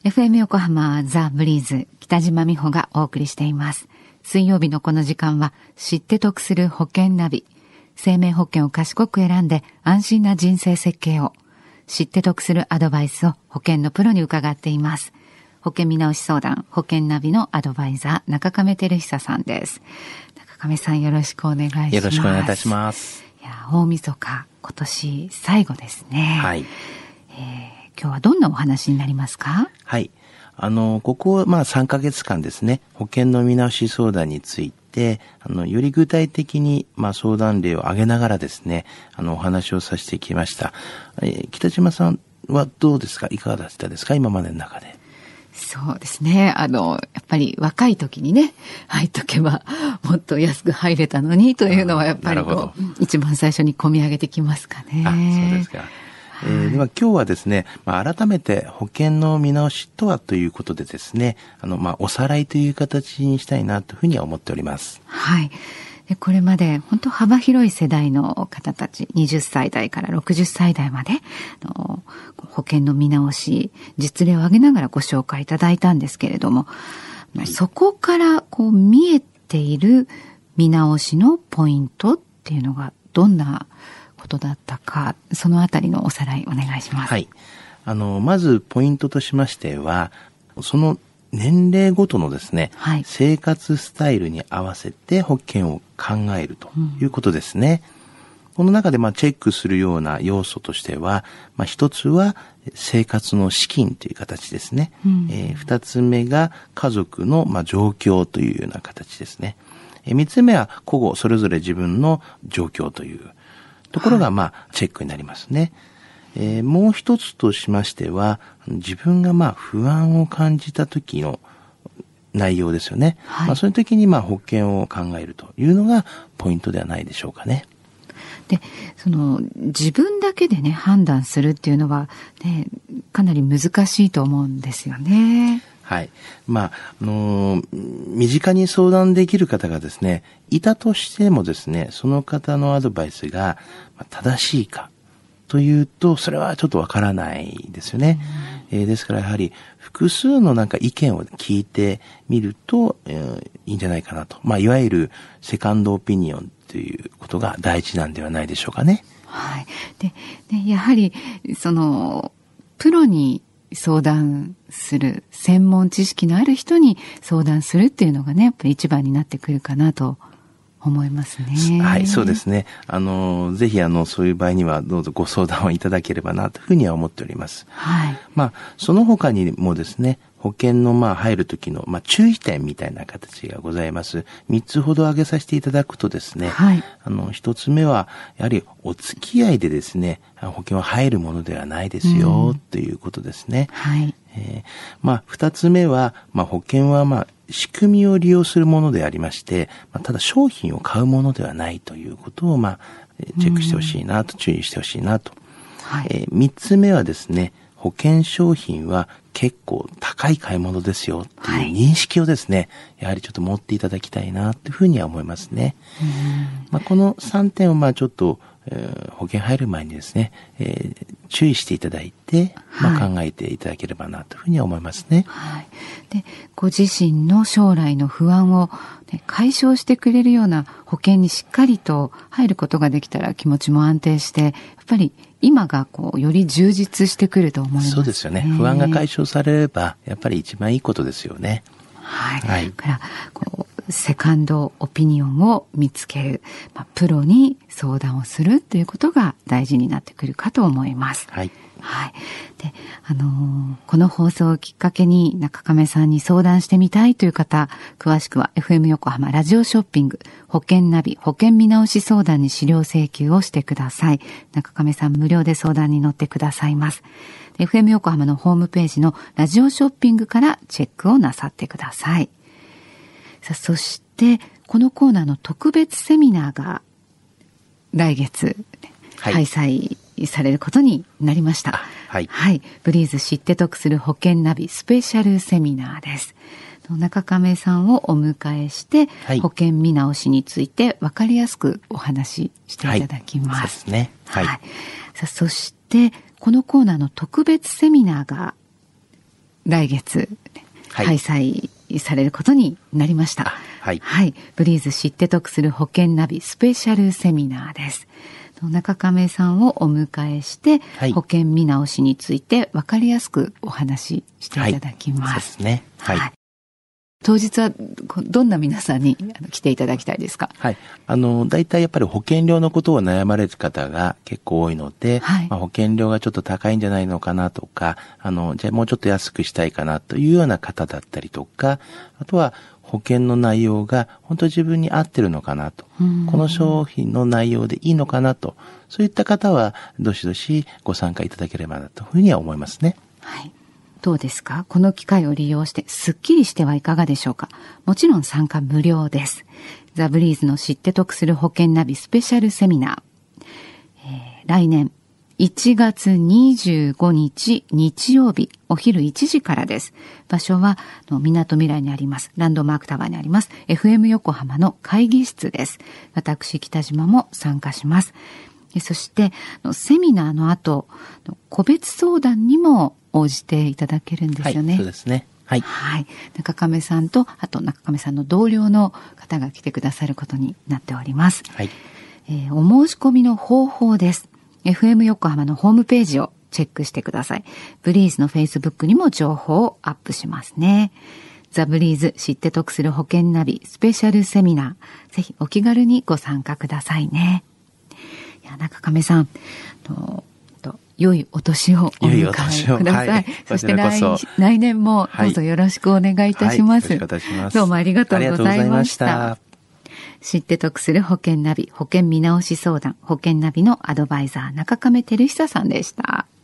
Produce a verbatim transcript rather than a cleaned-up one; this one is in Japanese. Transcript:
エフエム 横浜ザ・ブリーズ北島美穂がお送りしています。水曜日のこの時間は知って得する保険ナビ。生命保険を賢く選んで安心な人生設計を。知って得するアドバイスを保険のプロに伺っています。保険見直し相談保険ナビのアドバイザー中亀照久さんです。中亀さん、よろしくお願いします。 よろしくお願いいたします。 いや、大晦日今年最後ですね。 はい。 えー今日はどんなお話になりますか？ はい。あの、ここ、まあさんかげつかんですね、保険の見直し相談について、あの、より具体的に、まあ相談例を挙げながらですね、あの、お話をさせてきました。えー、北島さんはどうですか？いかがだったですか？今までの中で。 そうですね。あの、やっぱり若い時にね、入っとけばもっと安く入れたのにというのはやっぱりこう、一番最初に込み上げてきますかね。 あ、そうですか。えー、では今日はですね、まあ、改めて保険の見直しとはということでですね、あの、まあ、おさらいという形にしたいなというふうには思っております。 はい。で、これまで本当幅広い世代の方たち、はたち代からろくじゅっさい代まで、あの保険の見直し、実例を挙げながらご紹介いただいたんですけれども、はい、そこからこう見えている見直しのポイントっていうのがどんなことだったか、そのあたりのおさらいお願いします。 はい。あの、まずポイントとしましては、その年齢ごとのですね、はい、生活スタイルに合わせて保険を考えるということですね。うん、この中でまあチェックするような要素としては、まあ一つは生活の資金という形ですね。うん、えー、二つ目が家族のまあ状況というような形ですね。えー、三つ目は個々それぞれ自分の状況というところが、まあ、チェックになりますね。えー、もう一つとしましては、自分が、まあ、不安を感じた時の内容ですよね。はい、まあ、そういう時に、まあ、保険を考えるというのがポイントではないでしょうかね。 で、その、自分だけでね、判断するっていうのは、ね、かなり難しいと思うんですよね。 はい。まあ、あのー、身近に相談できる方がですね、いたとしてもですね、その方のアドバイスが正しいかというと、それはちょっとわからないですよね。えー、ですからやはり、複数のなんか意見を聞いてみると、えー、いいんじゃないかなと。まあ、いわゆるセカンドオピニオンということが大事なんではないでしょうかね。 はい。で、でやはり、その、プロに相談する、専門知識のある人に相談するっていうのがね、やっぱり一番になってくるかなと思いますね。 はい、そうですね。あの、ぜひあの、そういう場合にはどうぞご相談をいただければなというふうには思っております。 はい。 まあ、その他にもですね、保険のまあ入る時のまあ注意点みたいな形がございます。三つほど挙げさせていただくとですね、はい、あの一つ目はやはりお付き合いでですね、保険は入るものではないですよ、うん、ということですね。 はい。 えー、まあ二つ目はまあ保険はまあ仕組みを利用するものでありまして、まあ、ただ商品を買うものではないということをまあチェックしてほしいなと、うん、注意してほしいなと。はい。えー、三つ目はですね、保険商品は結構高い買い物ですよっていう認識をですね、はい、やはりちょっと持っていただきたいなというふうには思いますね。まあ、このさんてんをまあちょっと、えー、保険入る前にですね、えー、注意していただいて、まあ、考えていただければなというふうには思いますね。 はい。で、ご自身の将来の不安を、ね、解消してくれるような保険にしっかりと入ることができたら気持ちも安定して、やっぱり今がこうより充実してくると思いますね。 そうですよね。不安が解消されればやっぱり一番いいことですよね。 はい。はい、からこうセカンドオピニオンを見つける、まあ、プロに相談をするということが大事になってくるかと思います。 はい。 はい。で、あのー、この放送をきっかけに中亀さんに相談してみたいという方、詳しくは エフエム 横浜ラジオショッピング保険ナビ保険見直し相談に資料請求をしてください。中亀さん無料で相談に乗ってくださいます。エフエム 横浜のホームページのラジオショッピングからチェックをなさってください。さあ、そしてこのコーナーの特別セミナーが来月開催されることになりました。 はい。 はい。ブリーズ知って得する保険ナビスペシャルセミナーです。中亀さんをお迎えして、はい、保険見直しについて分かりやすくお話ししていただきます。 はい、そうですね。はい。はい、 さあ、そしてこのコーナーの特別セミナーが来月、 はい、 開催されることになりました。 はい。 はい。ブリーズ知って得する保険ナビスペシャルセミナーです。中亀さんをお迎えして、はい、保険見直しについて分かりやすくお話ししていただきます。 はい、そうですね。はい。はい、 当日はどんな皆さんに来ていただきたいですか？ はい。あの、大体やっぱり保険料のことを悩まれる方が結構多いので、はい、まあ、保険料がちょっと高いんじゃないのかなとか、あの、じゃあもうちょっと安くしたいかなというような方だったりとか、あとは保険の内容が本当自分に合ってるのかなと、この商品の内容でいいのかなと、そういった方はどしどしご参加いただければなというふうには思いますね。 はい。どうですか？この機会を利用してスッキリしてはいかがでしょうか？もちろん参加無料です。ザ・ブリーズの知って得する保険ナビスペシャルセミナー、えー、来年いちがつにじゅうごにち日曜日お昼いちじからです。場所はみなとみらいにありますランドマークタワーにあります エフエム 横浜の会議室です。私北島も参加します。そしてセミナーの後個別相談にも応じていただけるんですよね。 はい、そうですね。はい。 はい。中亀さんとあと中亀さんの同僚の方が来てくださることになっております。 はい。 えー、お申し込みの方法です。エフエム 横浜のホームページをチェックしてください。ブリーズのフェイスブックにも情報をアップしますね。ザ・ブリーズ知って得する保険ナビスペシャルセミナー。ぜひお気軽にご参加くださいね。いや、中亀さん、とと良いお年をお迎えください。はい、そして 来, 来年もどうぞよろしくお願いいたします。 はいはい、よろしくお願いします。 どうもありがとうございました。知って得する保険ナビ、保険見直し相談、保険ナビのアドバイザー中亀照久さんでした。